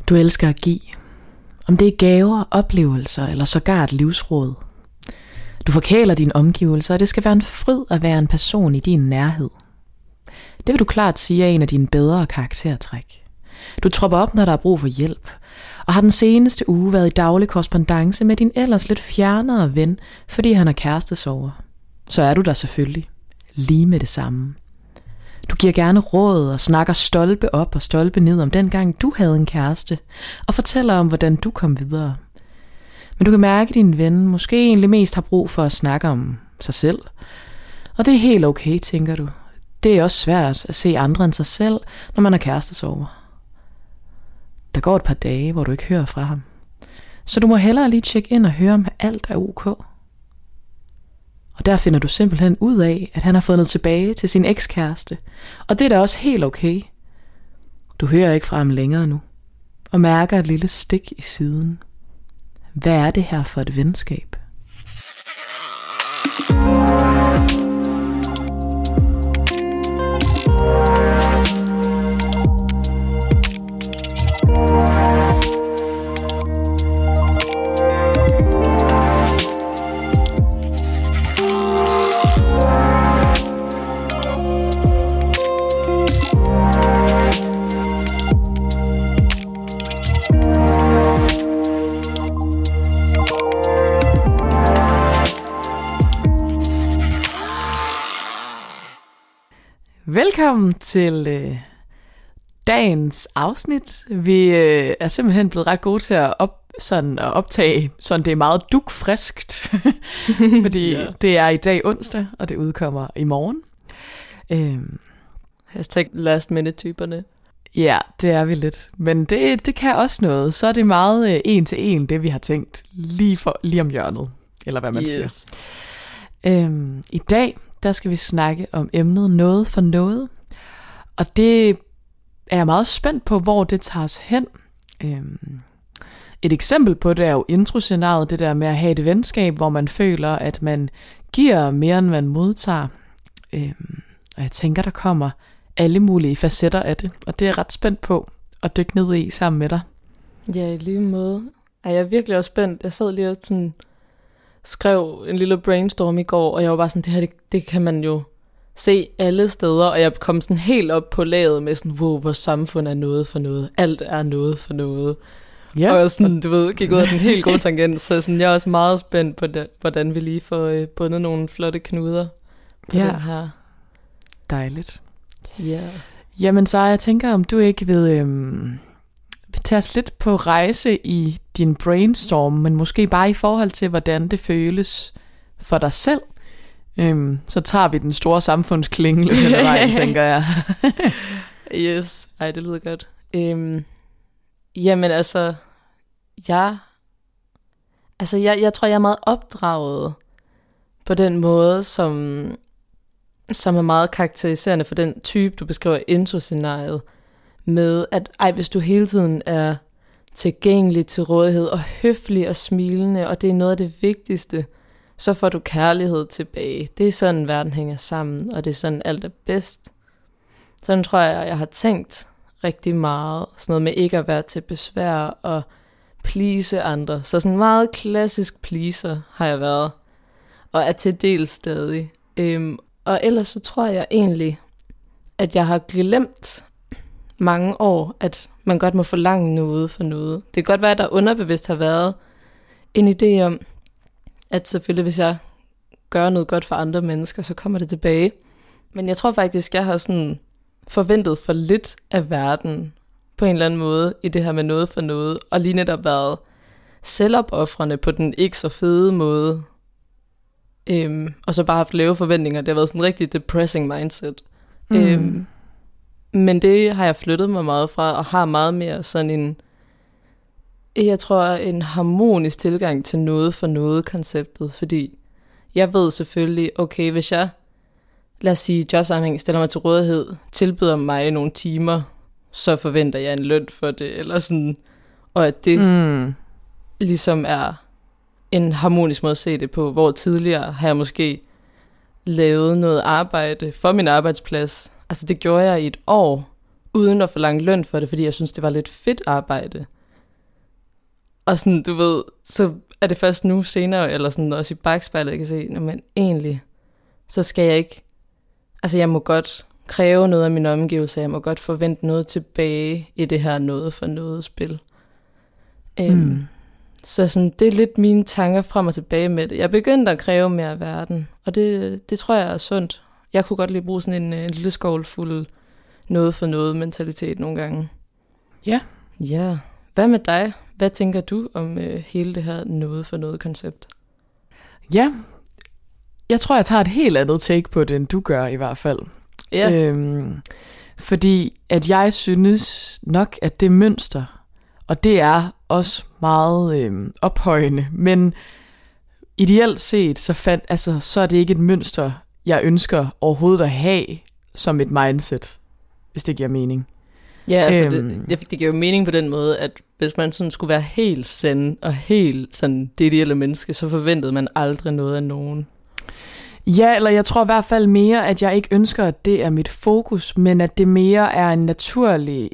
Du elsker at give. Om det er gaver, oplevelser eller sågar et livsråd. Du forkæler dine omgivelser, og det skal være en fryd at være en person i din nærhed. Det vil du klart sige er en af dine bedre karaktertræk. Du tropper op, når der er brug for hjælp, og har den seneste uge været i daglig korrespondance med din ellers lidt fjernere ven, fordi han er kærestesover. Så er du der selvfølgelig. Lige med det samme. Du giver gerne råd og snakker stolpe op og stolpe ned om dengang du havde en kæreste, og fortæller om, hvordan du kom videre. Men du kan mærke, at din ven måske egentlig mest har brug for at snakke om sig selv. Og det er helt okay, tænker du. Det er også svært at se andre end sig selv, når man er kærestesover. Der går et par dage, hvor du ikke hører fra ham. Så du må hellere lige tjekke ind og høre, om alt er ok. Og der finder du simpelthen ud af, at han har fundet tilbage til sin ekskæreste. Og det er da også helt okay. Du hører ikke fra ham længere nu, og mærker et lille stik i siden. Hvad er det her for et venskab? Velkommen til dagens afsnit. Vi er simpelthen blevet ret gode til at optage, sådan det er meget dugfriskt, fordi det er i dag onsdag, og det udkommer i morgen. Hashtag last minute-typerne. Ja, det er vi lidt. Men det kan også noget. Så er det meget en til en, det vi har tænkt lige om hjørnet, eller hvad man siger. I dag der skal vi snakke om emnet noget for noget. Og det er jeg meget spændt på, hvor det tager os hen. Et eksempel på det er jo introscenariet, det der med at have et venskab, hvor man føler, at man giver mere, end man modtager. Og jeg tænker, der kommer alle mulige facetter af det. Og det er jeg ret spændt på at dykke ned i sammen med dig. Ja, i lige måde. Jeg er virkelig også spændt. Jeg sad lige og sådan skrev en lille brainstorm i går, og jeg var bare sådan, det her, det kan man jo se alle steder, og jeg kom sådan helt op på laget med sådan, wow, vores samfund er noget for noget, alt er noget for noget. Ja. Og sådan, du ved, gik ud af den helt gode tangent, så sådan, jeg er også meget spændt på det, hvordan vi lige får bundet nogle flotte knuder på den her. Dejligt. Ja. Jamen så jeg tænker, om du ikke vil tage os lidt på rejse i din brainstorm, men måske bare i forhold til, hvordan det føles for dig selv. Så tager vi den store samfundsklinge lidt hen ad vejen, tænker jeg. Yes, det lyder godt. Jamen altså, jeg tror, jeg er meget opdraget på den måde, som er meget karakteriserende for den type, du beskriver i intro-scenariet, med at hvis du hele tiden er tilgængelig til rådighed og høflig og smilende, og det er noget af det vigtigste, så får du kærlighed tilbage. Det er sådan, verden hænger sammen, og det er sådan, alt er bedst. Sådan tror jeg har tænkt rigtig meget. Sådan noget med ikke at være til besvær og please andre. Så sådan meget klassisk pleaser har jeg været, og er til del stadig. Og ellers så tror jeg egentlig, at jeg har glemt mange år, at man godt må forlange noget for noget. Det kan godt være, at der underbevidst har været en idé om, at selvfølgelig hvis jeg gør noget godt for andre mennesker, så kommer det tilbage. Men jeg tror faktisk, jeg har sådan forventet for lidt af verden på en eller anden måde i det her med noget for noget, og lige netop været selvopoffrende på den ikke så fede måde. Og så bare haft lave forventninger. Det har været sådan en rigtig depressing mindset. Men det har jeg flyttet mig meget fra, og har meget mere sådan en harmonisk tilgang til noget for noget konceptet, fordi jeg ved selvfølgelig, okay, hvis jeg, lad os sige, jobsammenhæng stiller mig til rådighed, tilbyder mig nogle timer, så forventer jeg en løn for det, eller sådan, og at det ligesom er en harmonisk måde at se det på, hvor tidligere har jeg måske lavet noget arbejde for min arbejdsplads. Altså det gjorde jeg i et år, uden at forlange løn for det, fordi jeg synes, det var lidt fedt arbejde. Og sådan, du ved, så er det først nu senere, eller sådan også i bagspejlet, jeg kan se, men egentlig, så skal jeg ikke, altså jeg må godt kræve noget af mine omgivelser, jeg må godt forvente noget tilbage i det her noget for noget spil. Så sådan, det er lidt mine tanker frem og tilbage med det. Jeg begyndte at kræve mere af verden, og det tror jeg er sundt. Jeg kunne godt lige bruge sådan en lille skål fuld noget for noget mentalitet nogle gange. Ja. Ja. Hvad med dig? Hvad tænker du om hele det her noget for noget koncept? Ja, jeg tror, jeg tager et helt andet take på det, end du gør i hvert fald. Ja. Fordi at jeg synes nok, at det mønster, og det er også meget ophøjende, men ideelt set, så er det ikke et mønster, jeg ønsker overhovedet at have som et mindset, hvis det giver mening. Ja, altså det giver jo mening på den måde, at hvis man sådan skulle være helt sand og helt sådan det ideelle menneske, så forventede man aldrig noget af nogen. Ja, eller jeg tror i hvert fald mere, at jeg ikke ønsker, at det er mit fokus, men at det mere er en naturlig,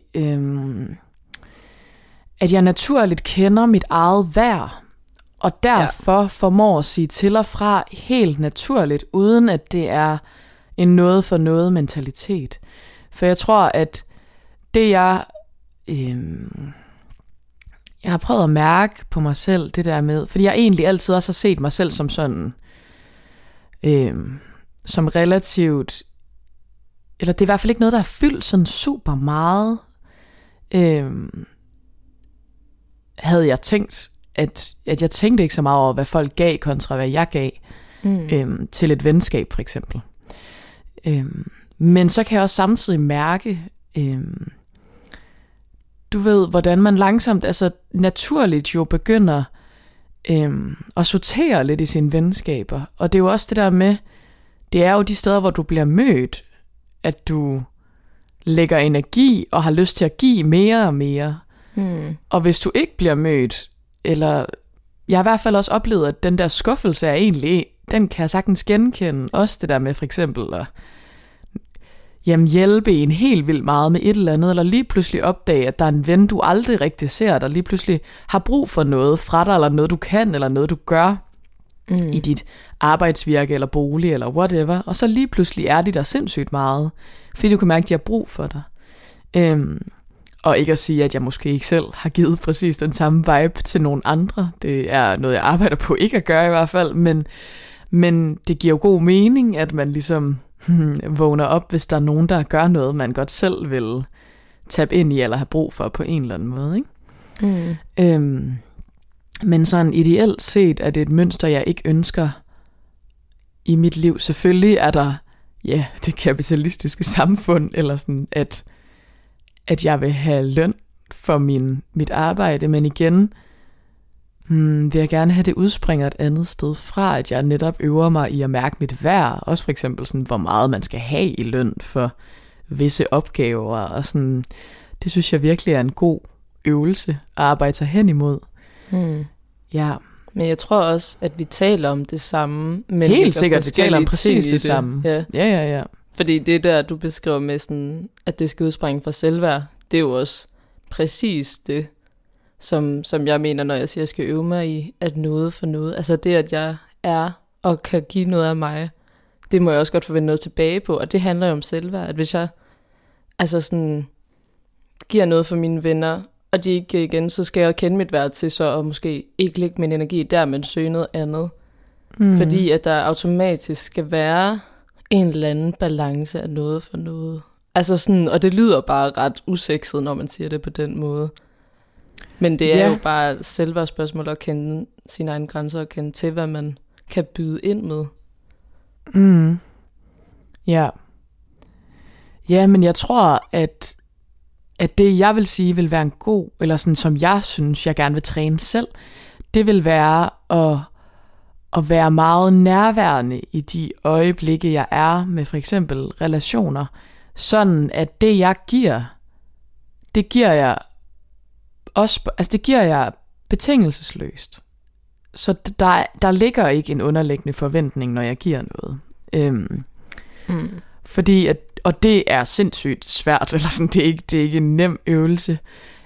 at jeg naturligt kender mit eget værd, og derfor formår at sige til og fra helt naturligt, uden at det er en noget for noget mentalitet. For jeg tror, at det jeg har prøvet at mærke på mig selv, det der med, fordi jeg egentlig altid også har set mig selv som sådan, som relativt, eller det er i hvert fald ikke noget, der har fyldt sådan super meget, havde jeg tænkt, at jeg tænkte ikke så meget over, hvad folk gav kontra hvad jeg gav til et venskab for eksempel. Men så kan jeg også samtidig mærke, du ved, hvordan man langsomt, altså naturligt jo begynder at sortere lidt i sine venskaber. Og det er jo også det der med, det er jo de steder, hvor du bliver mødt, at du lægger energi og har lyst til at give mere og mere. Og hvis du ikke bliver mødt, eller jeg har i hvert fald også oplevet, at den der skuffelse er egentlig, den kan jeg sagtens genkende. Også det der med for eksempel at hjælpe en helt vildt meget med et eller andet, eller lige pludselig opdage, at der er en ven, du aldrig rigtig ser, der lige pludselig har brug for noget fra dig, eller noget du kan, eller noget du gør i dit arbejdsvirke, eller bolig, eller whatever, og så lige pludselig er de der sindssygt meget, fordi du kan mærke, at de har brug for dig. Og ikke at sige, at jeg måske ikke selv har givet præcis den samme vibe til nogen andre. Det er noget, jeg arbejder på ikke at gøre i hvert fald, men det giver jo god mening, at man ligesom vågner op, hvis der er nogen, der gør noget, man godt selv vil tabe ind i, eller have brug for på en eller anden måde. Ikke? Men sådan ideelt set er det et mønster, jeg ikke ønsker i mit liv. Selvfølgelig er der det kapitalistiske samfund, eller sådan, at jeg vil have løn for mit arbejde, men igen vil jeg gerne have det udspringer et andet sted fra, at jeg netop øver mig i at mærke mit værd, også for eksempel sådan, hvor meget man skal have i løn for visse opgaver, og sådan, det synes jeg virkelig er en god øvelse at arbejde sig hen imod. Ja. Men jeg tror også, at vi taler om det samme, men helt sikkert, vi taler om præcis det samme. Ja. Fordi det der, du beskriver med sådan, at det skal udspringe fra selvværd, det er jo også præcis det, som jeg mener, når jeg siger, at jeg skal øve mig i, at noget for noget. Altså det, at jeg er og kan give noget af mig, det må jeg også godt forvente noget tilbage på. Og det handler jo om selvværd, at hvis jeg altså sådan, giver noget for mine venner, og de ikke giver igen, så skal jeg kende mit værd til så, og måske ikke lægge min energi der, men søge noget andet. Fordi at der automatisk skal være en eller anden balance af noget for noget. Altså sådan, og det lyder bare ret usekset, når man siger det på den måde. Men det er jo bare selve spørgsmålet at kende sine egne grænser og kende til, hvad man kan byde ind med. Ja. Ja, men jeg tror, at det, jeg vil sige, vil være en god, eller sådan som jeg synes, jeg gerne vil træne selv, det vil være at være meget nærværende i de øjeblikke, jeg er med for eksempel relationer. Sådan, at det, jeg giver, det giver jeg også, altså det giver jeg betingelsesløst. Så der ligger ikke en underliggende forventning, når jeg giver noget. Fordi og det er sindssygt svært, eller sådan, det er ikke en nem øvelse.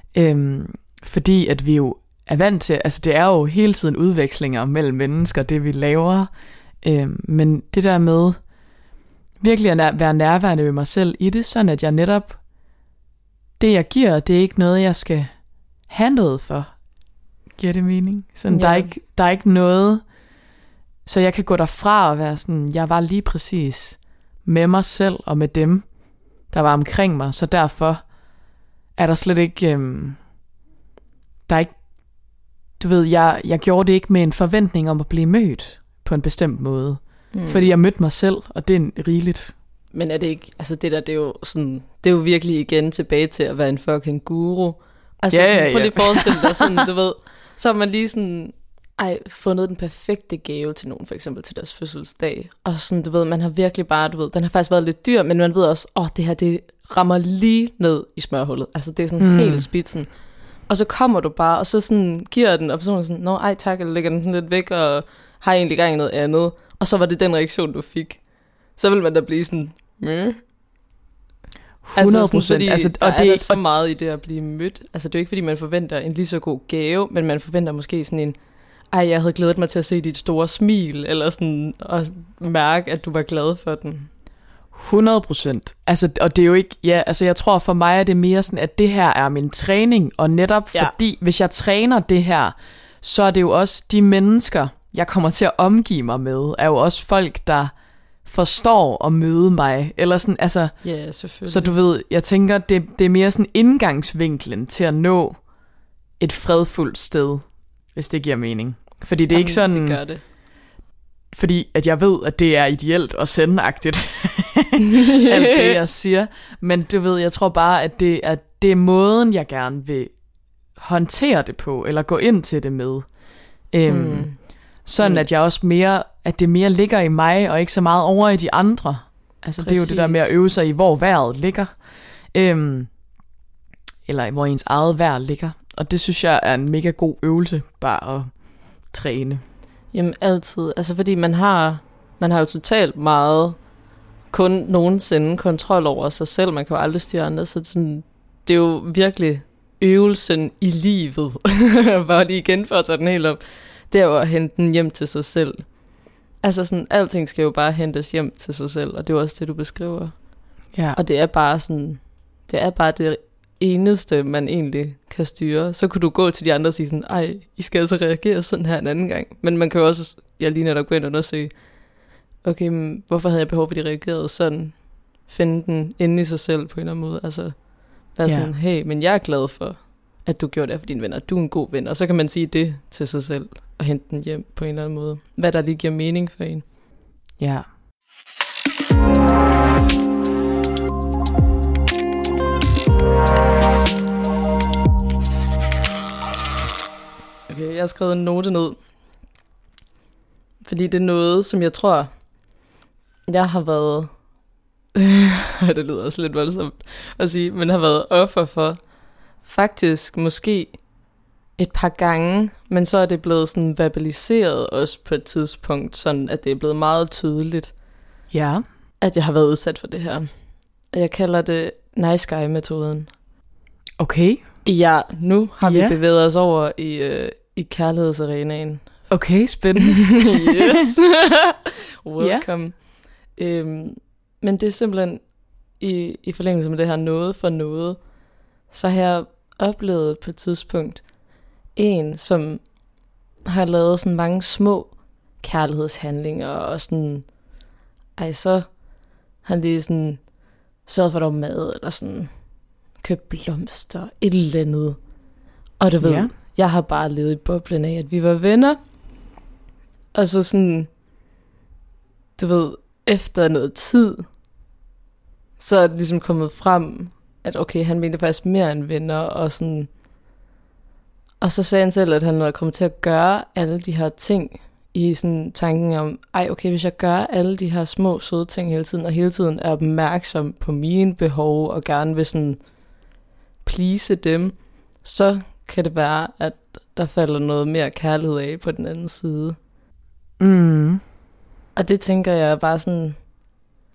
Fordi at vi jo er vant til, altså det er jo hele tiden udvekslinger mellem mennesker, det vi laver. Men det der med virkelig at være nærværende ved mig selv i det, sådan at jeg netop, det jeg giver, det er ikke noget, jeg skal have noget for. Giver det mening? Sådan, Ja. der er ikke noget, så jeg kan gå derfra og være sådan, jeg var lige præcis med mig selv og med dem, der var omkring mig, så derfor er der slet ikke, der er ikke, du ved, jeg gjorde det ikke med en forventning om at blive mødt på en bestemt måde, fordi jeg mødte mig selv, og det er rigeligt. Men er det ikke, altså det der, det er jo sådan, det er jo virkelig igen tilbage til at være en fucking guru. Altså sådan, prøv lige at forestille dig sådan, du ved, så har man lige sådan, fundet den perfekte gave til nogen, for eksempel til deres fødselsdag. Og sådan, du ved, man har virkelig bare, du ved, den har faktisk været lidt dyr, men man ved også, det her, det rammer lige ned i smørhullet. Altså det er sådan helt spidsen. Og så kommer du bare, og så sådan giver den, og personen sådan, ej tak, eller lægger den sådan lidt væk, og har egentlig gang i noget andet. Og så var det den reaktion, du fik. Så vil man da blive sådan, 100%. Altså, fordi altså, og det er så meget i det at blive mødt. Altså det er jo ikke, fordi man forventer en lige så god gave, men man forventer måske sådan en, jeg havde glædet mig til at se dit store smil, eller sådan, og mærke, at du var glad for den. 100%. Altså, og det er jo ikke, altså jeg tror for mig er det mere sådan, at det her er min træning, og netop fordi, hvis jeg træner det her, så er det jo også de mennesker, jeg kommer til at omgive mig med, er jo også folk, der forstår at møde mig, eller sådan, altså, ja, selvfølgelig. Så du ved, jeg tænker, det er mere sådan indgangsvinklen til at nå et fredfuldt sted, hvis det giver mening. Fordi det er ikke sådan, det gør det. Fordi at jeg ved, at det er ideelt og sendagtigt, alt det jeg siger, men du ved, jeg tror bare, at det er måden, jeg gerne vil håndtere det på, eller gå ind til det med. Sådan at jeg også mere, at det mere ligger i mig, og ikke så meget over i de andre. Altså det er jo det der med at øve sig i, hvor vejret ligger. Eller hvor ens eget vejr ligger. Og det synes jeg er en mega god øvelse, bare at træne. Jamen altid. Altså fordi man har jo totalt meget kun nogensinde kontrol over sig selv. Man kan jo aldrig styre andre. Så sådan, det er jo virkelig øvelsen i livet. Bare lige igen for at tage den helt op. Det er jo at hente den hjem til sig selv. Altså sådan, alting skal jo bare hentes hjem til sig selv. Og det er også det, du beskriver. Ja. Og det er bare sådan, det er bare det eneste, man egentlig kan styre. Så kunne du gå til de andre og sige sådan, I skal altså reagere sådan her en anden gang. Men man kan jo også, lige netop gå ind og undersøge, okay, men hvorfor havde jeg behov for, at de reagerede sådan? Finde den inde i sig selv på en eller anden måde. Altså, være sådan, hey, men jeg er glad for, at du gjorde det for dine venner. Du er en god ven. Og så kan man sige det til sig selv, og hente den hjem på en eller anden måde. Hvad der lige giver mening for en. Ja. Okay, jeg har skrevet en note ned. Fordi det er noget, som jeg tror, jeg har været... det lyder også lidt voldsomt at sige, men har været offer for. Faktisk måske et par gange, men så er det blevet sådan verbaliseret også på et tidspunkt, sådan at det er blevet meget tydeligt, at jeg har været udsat for det her. Og jeg kalder det nice guy-metoden. Okay. Ja, nu har vi bevæget os over i kærlighedsarenaen. Okay, spændende. Yes. Welcome. Men det er simpelthen i forlængelse med det her noget for noget, så har jeg oplevet på et tidspunkt en, som har lavet sådan mange små kærlighedshandlinger, og sådan, så har han lige sådan sørget for dig mad, eller sådan købt blomster, et eller andet. Og du ved, jeg har bare levet i boblen af, at vi var venner. Og så sådan, du ved, efter noget tid, så er det ligesom kommet frem, at okay, han mente faktisk mere end venner, og sådan. Og så sagde han selv, at han var kommet til at gøre alle de her ting, i sådan tanken om, okay, hvis jeg gør alle de her små, søde ting hele tiden, og hele tiden er opmærksom på mine behov, og gerne vil sådan please dem, så kan det være, at der falder noget mere kærlighed af på den anden side. Og det tænker jeg bare sådan,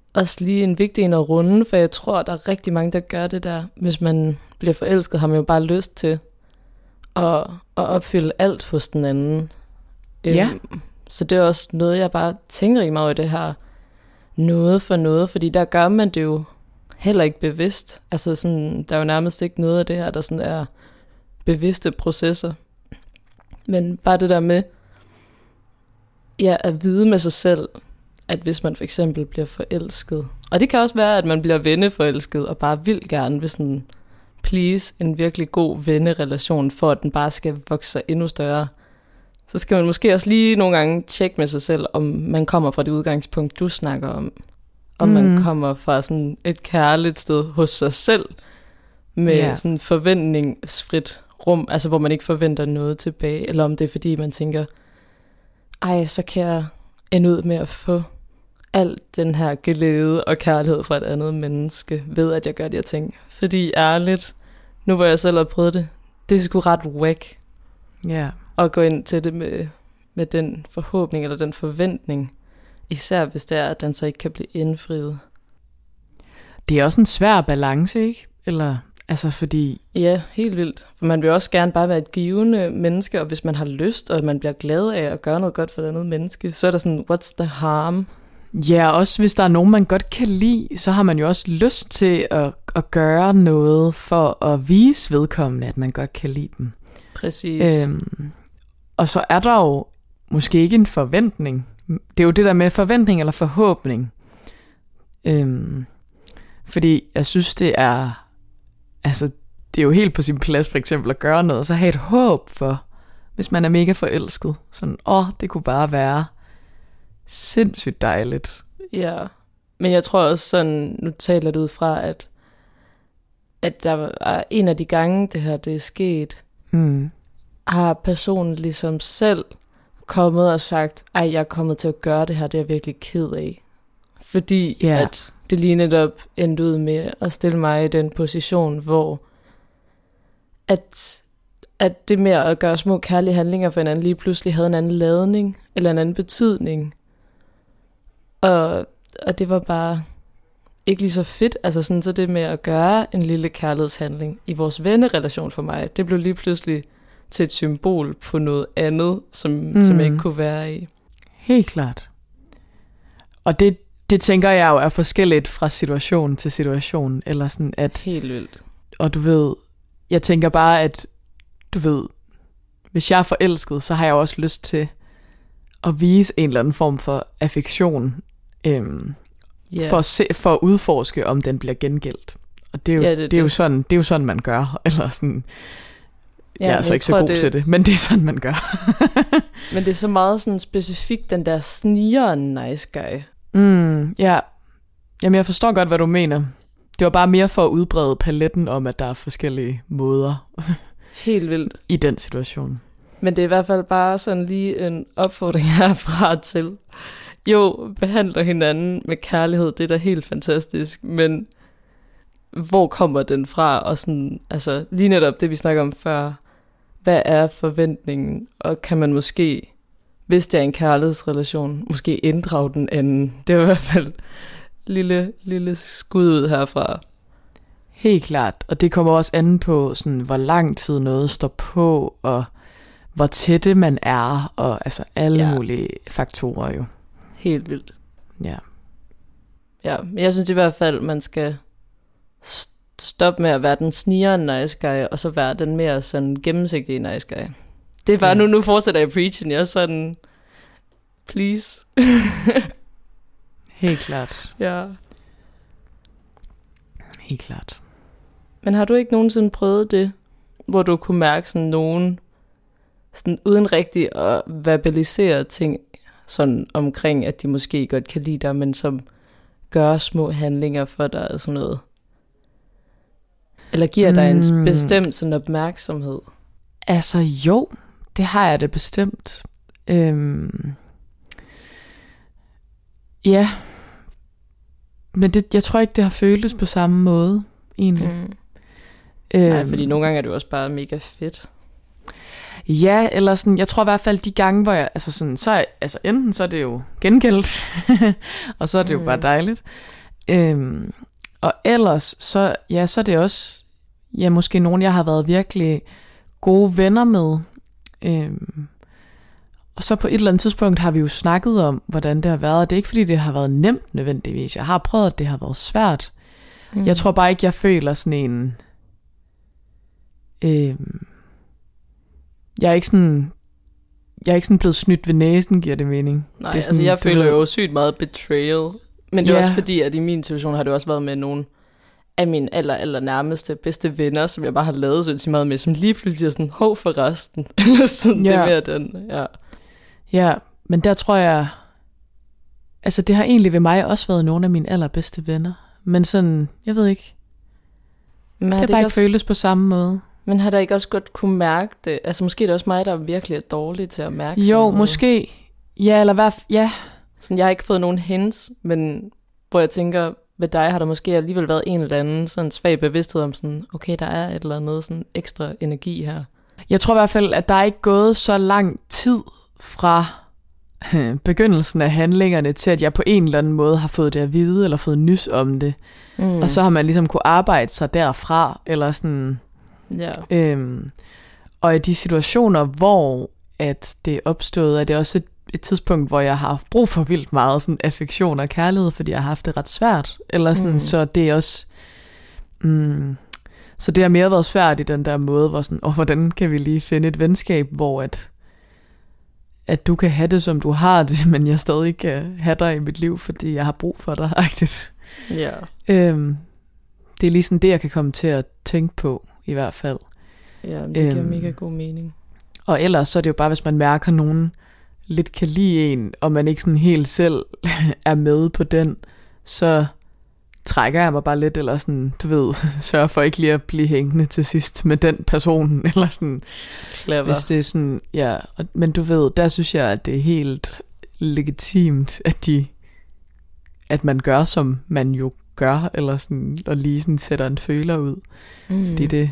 også lige en vigtig en at runde, for jeg tror, der er rigtig mange, der gør det der. Hvis man bliver forelsket, har man jo bare lyst til at opfylde alt hos den anden. Ja. Så det er også noget, jeg bare tænker i mig over det her noget for noget, fordi der gør man det jo heller ikke bevidst. Altså sådan, der er jo nærmest ikke noget af det her, der sådan er bevidste processer. Men bare det der med, ja, at vide med sig selv, at hvis man for eksempel bliver forelsket, og det kan også være, at man bliver venneforelsket, og bare vil gerne vil sådan please en virkelig god vennerelation, for at den bare skal vokse sig endnu større, så skal man måske også lige nogle gange tjekke med sig selv, om man kommer fra det udgangspunkt, du snakker om. Om man kommer fra sådan et kærligt sted hos sig selv, med sådan forventningsfrit rum, altså hvor man ikke forventer noget tilbage, eller om det er fordi, man tænker, ej, så kan jeg ende ud med at få alt den her glæde og kærlighed fra et andet menneske, ved at jeg gør de her ting. Fordi ærligt, nu hvor jeg selv har prøvet det, det er sgu ret whack. Ja. At gå ind til det med den forhåbning eller den forventning, især hvis det er, at den så ikke kan blive indfriet. Det er også en svær balance, ikke? Eller, altså fordi... Ja, helt vildt. For man vil også gerne bare være et givende menneske, og hvis man har lyst, og man bliver glad af at gøre noget godt for et andet menneske, så er der sådan, what's the harm? Ja, også hvis der er nogen, man godt kan lide, så har man jo også lyst til at gøre noget for at vise vedkommende, at man godt kan lide dem. Præcis. Og så er der jo måske ikke en forventning. Det er jo det der med forventning eller forhåbning. Fordi jeg synes, det er... Altså, det er jo helt på sin plads for eksempel at gøre noget, og så have et håb for, hvis man er mega forelsket. Sådan, det kunne bare være sindssygt dejligt. Ja, men jeg tror også sådan, nu taler du ud fra, at der er en af de gange, det er sket, har personen ligesom selv kommet og sagt, ej, jeg er kommet til at gøre det her, det er jeg virkelig ked af. Fordi at det lige netop endte ud med at stille mig i den position, hvor at det med at gøre små kærlige handlinger for hinanden lige pludselig havde en anden ladning, eller en anden betydning. Og det var bare ikke lige så fedt. Altså sådan, så det med at gøre en lille kærlighedshandling i vores vennerelation for mig, det blev lige pludselig til et symbol på noget andet, som jeg ikke kunne være i. Helt klart. Og det tænker jeg jo er forskelligt fra situation til situation, eller sådan at... Helt vildt. Og du ved, jeg tænker bare, at du ved, hvis jeg er forelsket, så har jeg også lyst til at vise en eller anden form for affektion, for at udforske, om den bliver gengældt. Og det er jo, det er jo sådan, man gør. Eller sådan, jeg er så ikke så god til det, men det er sådan, man gør. Men det er så meget sådan specifikt, den der snigeren nice guy. Ja. Jamen, jeg forstår godt, hvad du mener. Det var bare mere for at udbrede paletten om, at der er forskellige måder. Helt vildt. I den situation. Men det er i hvert fald bare sådan lige en opfordring herfra til. Jo, behandler hinanden med kærlighed, det er da helt fantastisk, men hvor kommer den fra? Og sådan, altså lige netop det, vi snakker om før. Hvad er forventningen? Og kan man måske, hvis det er en kærlighedsrelation, måske inddrage den anden? Det er i hvert fald lille skud ud herfra. Helt klart. Og det kommer også an på, sådan, hvor lang tid noget står på, og hvor tætte man er, og altså alle mulige faktorer jo. Helt vildt. Ja. Ja, men jeg synes i hvert fald, man skal stoppe med at være den snigeren nice guy, og så være den mere sådan gennemsigtige nice guy. Det er bare, nu fortsætter jeg preaching, jeg er sådan, please. Helt klart. Ja. Helt klart. Men har du ikke nogensinde prøvet det, hvor du kunne mærke sådan nogen, sådan uden rigtig at verbalisere ting, sådan omkring, at de måske godt kan lide dig, men som gør små handlinger for dig og sådan noget? Eller giver dig en bestemt sådan opmærksomhed? Altså jo, det har jeg det bestemt. Ja, men jeg tror ikke, det har føltes på samme måde, egentlig. Nej, fordi nogle gange er det jo også bare mega fedt. Ja, eller sådan, jeg tror i hvert fald de gange, hvor jeg, altså sådan, så enten så er det jo gengældt, og så er det jo bare dejligt. Og ellers, så er det også, måske nogen, jeg har været virkelig gode venner med. Og så på et eller andet tidspunkt har vi jo snakket om, hvordan det har været. Det er ikke, fordi det har været nemt nødvendigvis. Jeg har prøvet, at det har været svært. Jeg tror bare ikke, jeg føler sådan en... Jeg er ikke sådan blevet snydt ved næsen, giver det mening. Nej, det er sådan, jeg føler jo sygt meget betrayal. Men det er også fordi, at i min situation har det også været med nogle af mine aller nærmeste bedste venner, som jeg bare har lavet så meget med, som lige pludselig er sådan, hov for resten. Eller sådan, det med den, Ja, men der tror jeg, altså det har egentlig ved mig også været nogle af mine allerbedste venner. Men sådan, jeg ved ikke, men det har bare ikke føles på samme måde. Men har der ikke også godt kunne mærke det? Altså måske er det også mig, der virkelig er dårlig til at mærke Jo, sådan måske. Ja, eller hvad? Ja. Sådan, jeg har ikke fået nogen hints, men hvor jeg tænker, ved dig har der måske alligevel været en eller anden sådan svag bevidsthed om sådan, okay, der er et eller andet sådan ekstra energi her. Jeg tror i hvert fald, at der er ikke gået så lang tid fra begyndelsen af handlingerne til, at jeg på en eller anden måde har fået det at vide, eller fået nys om det. Og så har man ligesom kunne arbejde sig derfra, eller sådan... Ja. Og i de situationer, hvor at det er opstået, er det også et tidspunkt, hvor jeg har haft brug for vildt meget sådan affektion og kærlighed, fordi jeg har haft det ret svært. Eller sådan, så det er også... så det har mere været svært i den der måde, hvor sådan, hvordan kan vi lige finde et venskab, hvor at du kan have det, som du har det, men jeg stadig kan have dig i mit liv, fordi jeg har brug for dig. Ja. Det er lige sådan det, jeg kan komme til at tænke på, i hvert fald. Ja, det giver mega god mening. Og ellers så er det jo bare, hvis man mærker, at nogen lidt kan lide en, og man ikke sådan helt selv er med på den, så trækker jeg mig bare lidt, eller sådan, du ved, sørger for ikke lige at blive hængende til sidst med den person, eller sådan. Clever. Hvis det er sådan, ja, men du ved, der synes jeg, at det er helt legitimt, at man gør, som man jo gør, eller sådan, og lige sådan sætter en føler ud. Fordi det,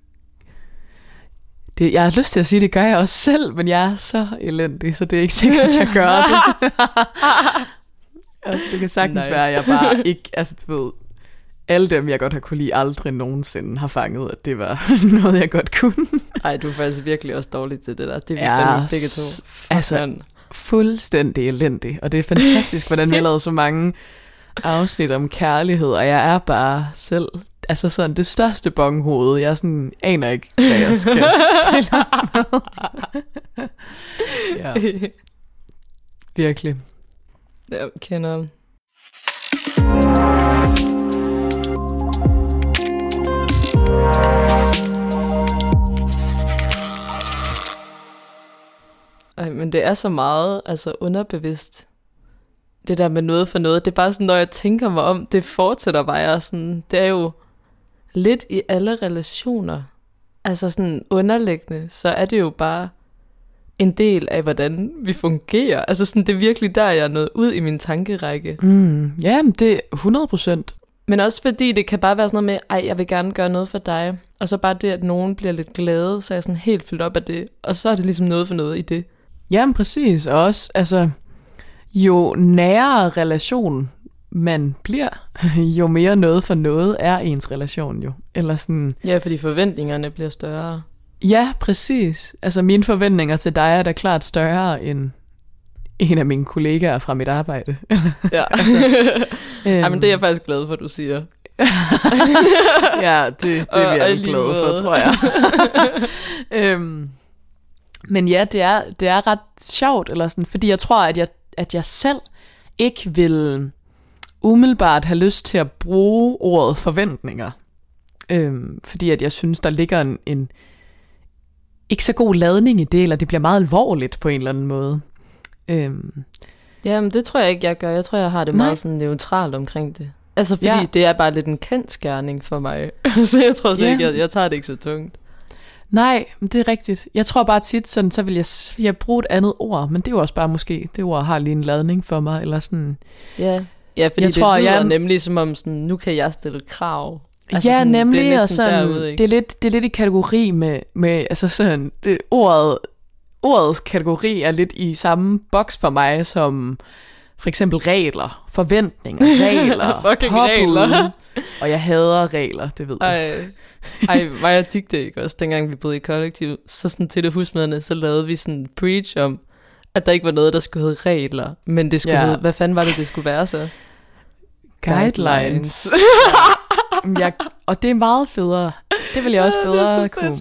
jeg har lyst til at sige, det gør jeg også selv, men jeg er så elendig, så det er ikke sikkert, at jeg gør det. Altså, det kan sagtens være, at jeg bare ikke, altså du ved, alle dem, jeg godt har kunne lide, aldrig nogensinde har fanget, at det var noget, jeg godt kunne. Ej, du er faktisk virkelig også dårlig til det der. Det er vi fandme begge to. Altså, fuldstændig elendig, og det er fantastisk, hvordan vi har lavet så mange afsnit om kærlighed, og jeg er bare selv, altså sådan det største bonghoved. Jeg sådan aner ikke, hvad jeg skal stille med. Ja. Virkelig. Jeg kender. Ej, men det er så meget, altså underbevidst. Det der med noget for noget, det er bare sådan, når jeg tænker mig om, det fortsætter bare sådan, det er jo lidt i alle relationer, altså sådan underliggende, så er det jo bare en del af, hvordan vi fungerer. Altså sådan, det er virkelig der, jeg er nået ud i min tankerække. Ja, det er 100%. Men også fordi det kan bare være sådan noget med, ej, jeg vil gerne gøre noget for dig. Og så bare det, at nogen bliver lidt glade, så er jeg sådan helt fyldt op af det. Og så er det ligesom noget for noget i det. Jamen præcis, og også, altså, jo nærere relation man bliver, jo mere noget for noget er ens relation jo. Eller sådan... Ja, fordi forventningerne bliver større. Ja, præcis. Altså mine forventninger til dig er da klart større end en af mine kollegaer fra mit arbejde. Ja. Altså, ej, men det er jeg faktisk glad for, du siger. Ja, det er vi alle glade for, tror jeg. Men ja, det er ret sjovt, eller sådan, fordi jeg tror, at jeg selv ikke vil umiddelbart have lyst til at bruge ordet forventninger. Fordi at jeg synes, der ligger en ikke så god ladning i det, eller det bliver meget alvorligt på en eller anden måde. Jamen, det tror jeg ikke, jeg gør. Jeg tror, jeg har det meget sådan neutralt omkring det. Altså, fordi det er bare lidt en kendsgerning for mig. Så jeg tror slet ikke, jeg tager det ikke så tungt. Nej, men det er rigtigt. Jeg tror bare tit, sådan, så vil jeg bruge et andet ord, men det er jo også bare måske, det ord har lige en ladning for mig, eller sådan. Ja, fordi det lyder nemlig som om, sådan, nu kan jeg stille krav. Altså ja, sådan, nemlig, det er og sådan, derude, det er lidt i kategori med altså sådan, ordets kategori er lidt i samme boks for mig, som For eksempel regler, forventninger, regler, fucking regler. Og jeg hader regler, det ved du. Ej, var jeg digte ikke også, dengang vi boede i kollektiv, så sådan til det husmøderne, så lavede vi sådan en preach om, at der ikke var noget, der skulle hedde regler, men det skulle hedde, hvad fanden var det skulle være så? Guidelines. Ja, og det er meget federe. Det vil jeg også bedre kunne.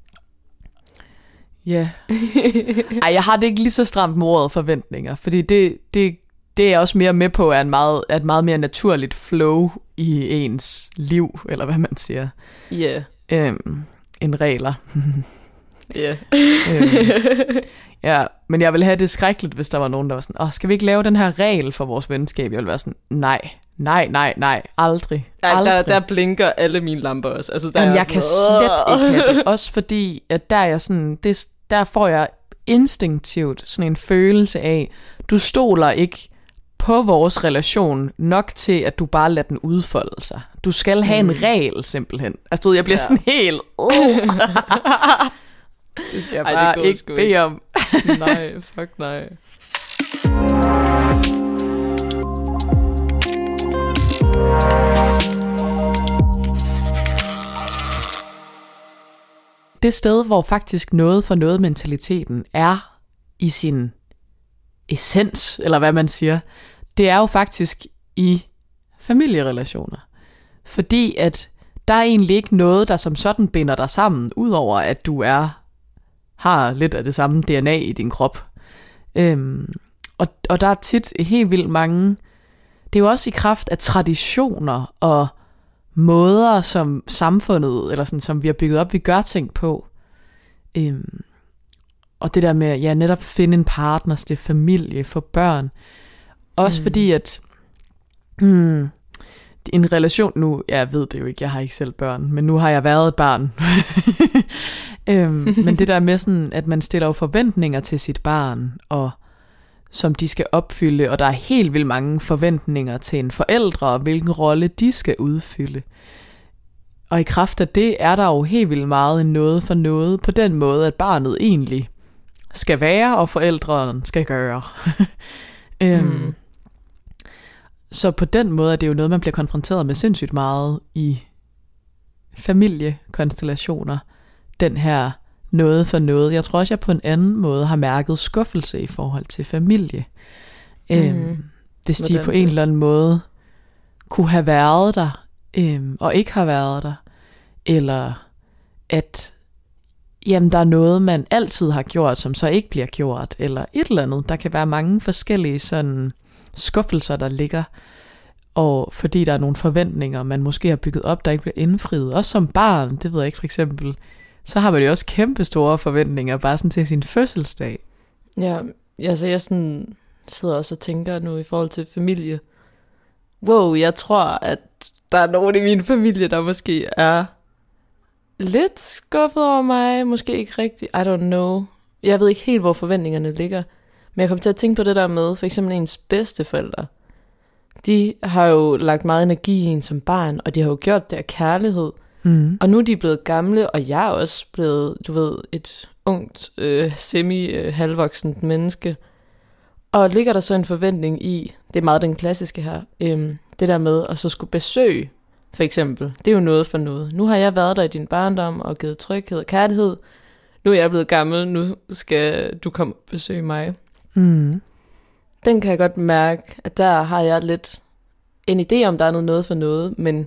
Ja. Ej, jeg har det ikke lige så stramt med ordet forventninger, fordi det er jeg også mere med på, er et meget mere naturligt flow i ens liv, eller hvad man siger. Ja. End regler. Ja. Ja, men jeg ville have det skrækkeligt, hvis der var nogen, der var sådan, skal vi ikke lave den her regel for vores venskab? Jeg ville være sådan, nej, aldrig. Der blinker alle mine lamper også. Altså, Jamen, jeg kan slet ikke have det. Også fordi, at der er jeg sådan, der får jeg instinktivt sådan en følelse af, du stoler ikke på vores relation nok til, at du bare lader den udfolde sig. Du skal have en regel, simpelthen. Altså, jeg bliver sådan helt... Det skal jeg bare ikke bede om. Nej, fuck nej. Det sted, hvor faktisk noget for noget mentaliteten er i sin essens, eller hvad man siger, det er jo faktisk i familierelationer. Fordi at der er egentlig ikke noget, der som sådan binder dig sammen, udover at du har lidt af det samme DNA i din krop. Og der er tit helt vildt mange, det er jo også i kraft af traditioner og måder, som samfundet, eller sådan, som vi har bygget op, vi gør ting på. Og det der med, netop finde en partner, det familie, få børn. Også fordi, at en relation nu, jeg ved det jo ikke, jeg har ikke selv børn, men nu har jeg været et barn. Men det der med sådan, at man stiller jo forventninger til sit barn, og som de skal opfylde, og der er helt vildt mange forventninger til en forældre, og hvilken rolle de skal udfylde. Og i kraft af det er der jo helt vildt meget noget for noget, på den måde, at barnet egentlig skal være, og forældrene skal gøre. Så på den måde er det jo noget, man bliver konfronteret med sindssygt meget i familiekonstellationer. Den her noget for noget. Jeg tror også, jeg på en anden måde har mærket skuffelse i forhold til familie. Hvis de på en eller anden måde kunne have været der, og ikke har været der. Eller at der er noget, man altid har gjort, som så ikke bliver gjort. Eller et eller andet. Der kan være mange forskellige sådan skuffelser, der ligger. Og fordi der er nogle forventninger, man måske har bygget op, der ikke bliver indfriet. Også som barn, det ved jeg ikke for eksempel. Så har man jo også kæmpe store forventninger, bare sådan til sin fødselsdag. Ja, altså jeg sådan sidder også og tænker nu i forhold til familie. Wow, jeg tror, at der er nogen i min familie, der måske er lidt skuffet over mig. Måske ikke rigtigt, I don't know. Jeg ved ikke helt, hvor forventningerne ligger. Men jeg kommer til at tænke på det der med, for eksempel ens bedsteforældre. De har jo lagt meget energi i en som barn, og de har jo gjort det af kærlighed. Og nu er de blevet gamle, og jeg er også blevet, du ved, et ungt, semi-halvvoksent menneske. Og ligger der så en forventning i, det er meget den klassiske her, det der med at så skulle besøge, for eksempel. Det er jo noget for noget. Nu har jeg været der i din barndom og givet tryghed og kærlighed. Nu er jeg blevet gammel, nu skal du komme og besøge mig. Den kan jeg godt mærke, at der har jeg lidt en idé om, der er noget for noget, men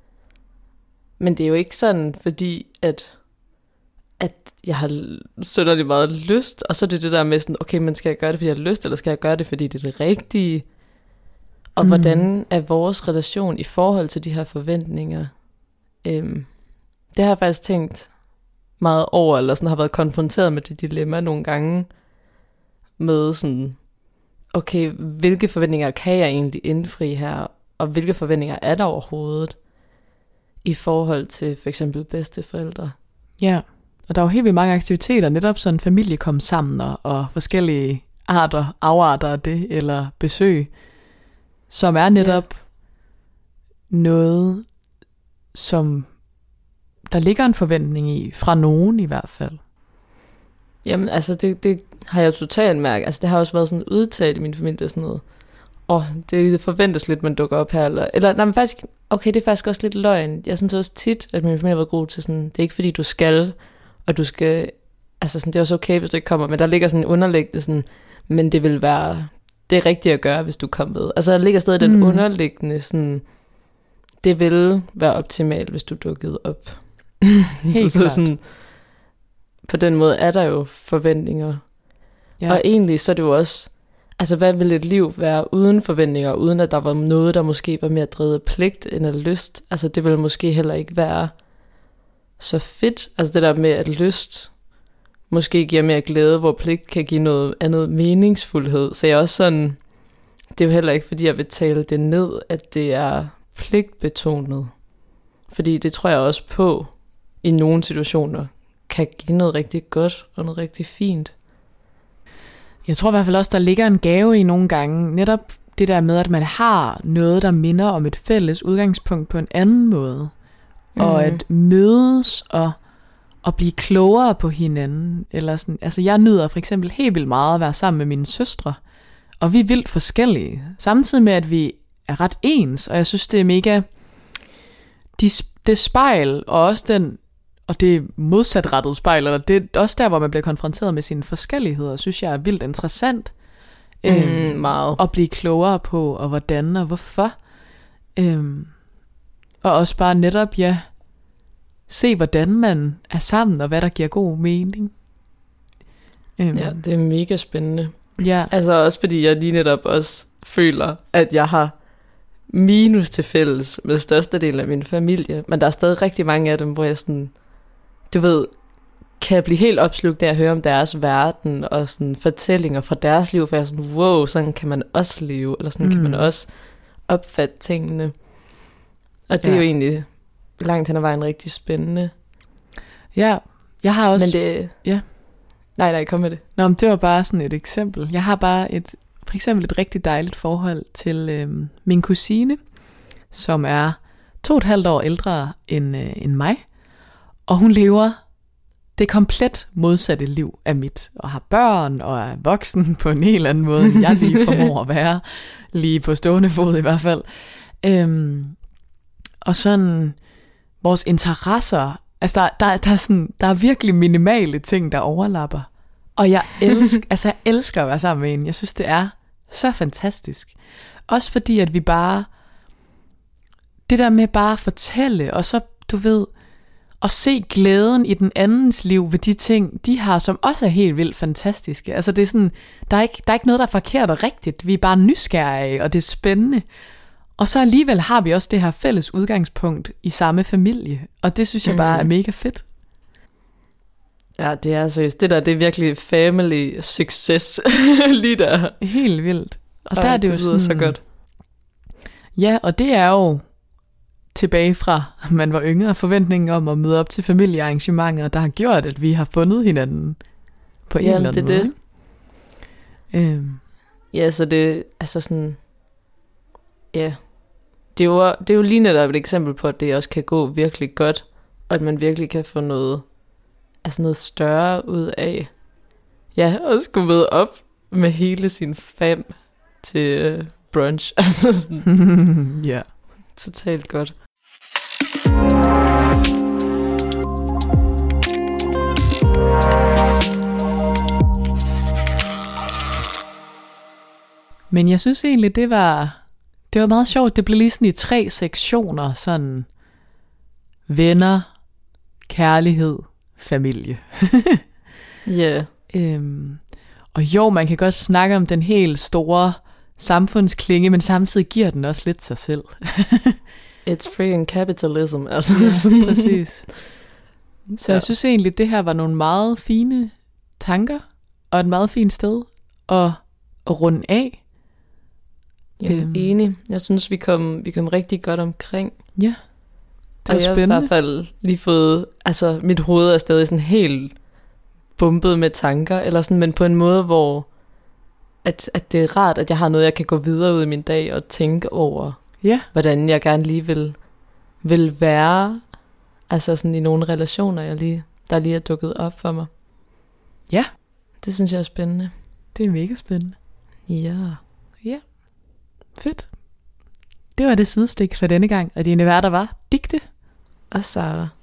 det er jo ikke sådan, fordi at jeg har synderligt meget lyst, og så er det der med sådan, okay, men skal jeg gøre det, fordi jeg har lyst, eller skal jeg gøre det, fordi det er det rigtige? Og hvordan er vores relation i forhold til de her forventninger? Det har jeg faktisk tænkt meget over, eller sådan har været konfronteret med det dilemma nogle gange, med sådan, okay, hvilke forventninger kan jeg egentlig indfri her, og hvilke forventninger er der overhovedet i forhold til for eksempel bedsteforældre? Ja, og der er jo helt vildt mange aktiviteter, netop sådan familie kom sammen, og forskellige afarter af det, eller besøg, som er netop noget, som der ligger en forventning i, fra nogen i hvert fald. Jamen, altså det har jeg jo totalt mærket. Altså det har også været sådan udtalt i min familie, sådan noget. det forventes lidt, man dukker op her. Eller nej, men faktisk, okay, det er faktisk også lidt løgn. Jeg synes også tit, at min familie har været god til sådan, det er ikke fordi, du skal, og du skal, altså sådan, det er også okay, hvis du ikke kommer, men der ligger sådan en underliggende sådan, men det vil være, det er rigtigt at gøre, hvis du kommer med. Altså der ligger stadig den underliggende sådan, det vil være optimalt, hvis du dukkede op. Helt så klart. sådan, på den måde er der jo forventninger. Ja. Og egentlig så er det jo også, altså hvad vil et liv være uden forventninger, uden at der var noget, der måske var mere drevet af pligt end af lyst? Altså det ville måske heller ikke være så fedt. Altså det der med, at lyst måske giver mere glæde, hvor pligt kan give noget andet meningsfuldhed. Så jeg er også sådan, det er jo heller ikke, fordi jeg vil tale det ned, at det er pligtbetonet. Fordi det tror jeg også på, i nogle situationer, kan give noget rigtig godt og noget rigtig fint. Jeg tror i hvert fald også, der ligger en gave i nogle gange. Netop det der med, at man har noget, der minder om et fælles udgangspunkt på en anden måde. Og at mødes og blive klogere på hinanden. Eller sådan. Altså jeg nyder for eksempel helt vildt meget at være sammen med mine søstre. Og vi er vildt forskellige. Samtidig med, at vi er ret ens. Og jeg synes, det er mega... Det spejl, og også den... Og det modsatrettede spejl, eller det er også der, hvor man bliver konfronteret med sine forskelligheder, synes jeg er vildt interessant. Meget. At blive klogere på, og hvordan og hvorfor. Og også bare netop, se hvordan man er sammen, og hvad der giver god mening. Ja, det er mega spændende. Ja. Altså også fordi jeg lige netop også føler, at jeg har minus til fælles med størstedelen af min familie, men der er stadig rigtig mange af dem, hvor jeg sådan, du ved, kan blive helt opslugt af at høre om deres verden og sådan fortællinger fra deres liv, for jeg er sådan, wow, sådan kan man også leve, eller sådan kan man også opfatte tingene. Og det er jo egentlig langt hen ad vejen rigtig spændende. Ja, jeg har også... Men det... Ja. Nej, kom med det. Nå, men det var bare sådan et eksempel. Jeg har bare for eksempel et rigtig dejligt forhold til min kusine, som er 2,5 år ældre end mig. Og hun lever det komplet modsatte liv af mit. Og har børn og er voksen på en helt anden måde, end jeg lige formår at være. Lige på stående fod i hvert fald. Og sådan vores interesser, altså der er virkelig minimale ting, der overlapper. Og jeg elsker at være sammen med en. Jeg synes, det er så fantastisk. Også fordi, at vi bare, det der med bare at fortælle, og så, du ved, at se glæden i den andens liv ved de ting, de har, som også er helt vildt fantastiske. Altså det er sådan, der er ikke noget, der er forkert og rigtigt. Vi er bare nysgerrige, og det er spændende. Og så alligevel har vi også det her fælles udgangspunkt i samme familie. Og det synes jeg bare er mega fedt. Ja, det er seriøst. Det er virkelig family success lige der. Helt vildt. Og der er det jo sådan, så godt. Ja, og det er jo tilbage fra, man var yngre, forventningen om at møde op til familiearrangementer, der har gjort, at vi har fundet hinanden på en eller anden måde. Det. Ja, så det altså sådan, ja, det er jo lige netop et eksempel på, at det også kan gå virkelig godt, og at man virkelig kan få noget større ud af, ja, og skulle møde op med hele sin fam til brunch. Altså sådan, ja. Totalt godt. Men jeg synes egentlig, det var meget sjovt. Det blev lige sådan i 3 sektioner, sådan venner, kærlighed, familie. Ja. Og jo, man kan godt snakke om den helt store samfundsklinge, men samtidig giver den også lidt sig selv. It's freaking capitalism. Altså. Ja, præcis. Så jeg synes egentlig, det her var nogle meget fine tanker, og et meget fint sted at runde af. Jeg er enig. Jeg synes, vi kom rigtig godt omkring. Ja, det er spændende. Jeg har i hvert fald lige fået, altså mit hoved er stadig sådan helt bumpet med tanker, eller sådan, men på en måde, hvor at det er rart, at jeg har noget, jeg kan gå videre ud i min dag og tænke over, hvordan jeg gerne lige vil være, altså sådan i nogle relationer, der lige er dukket op for mig. Ja. Det synes jeg er spændende. Det er mega spændende. Ja. Ja. Fedt. Det var det sidestik for denne gang, og dine værter var Digte og Sara.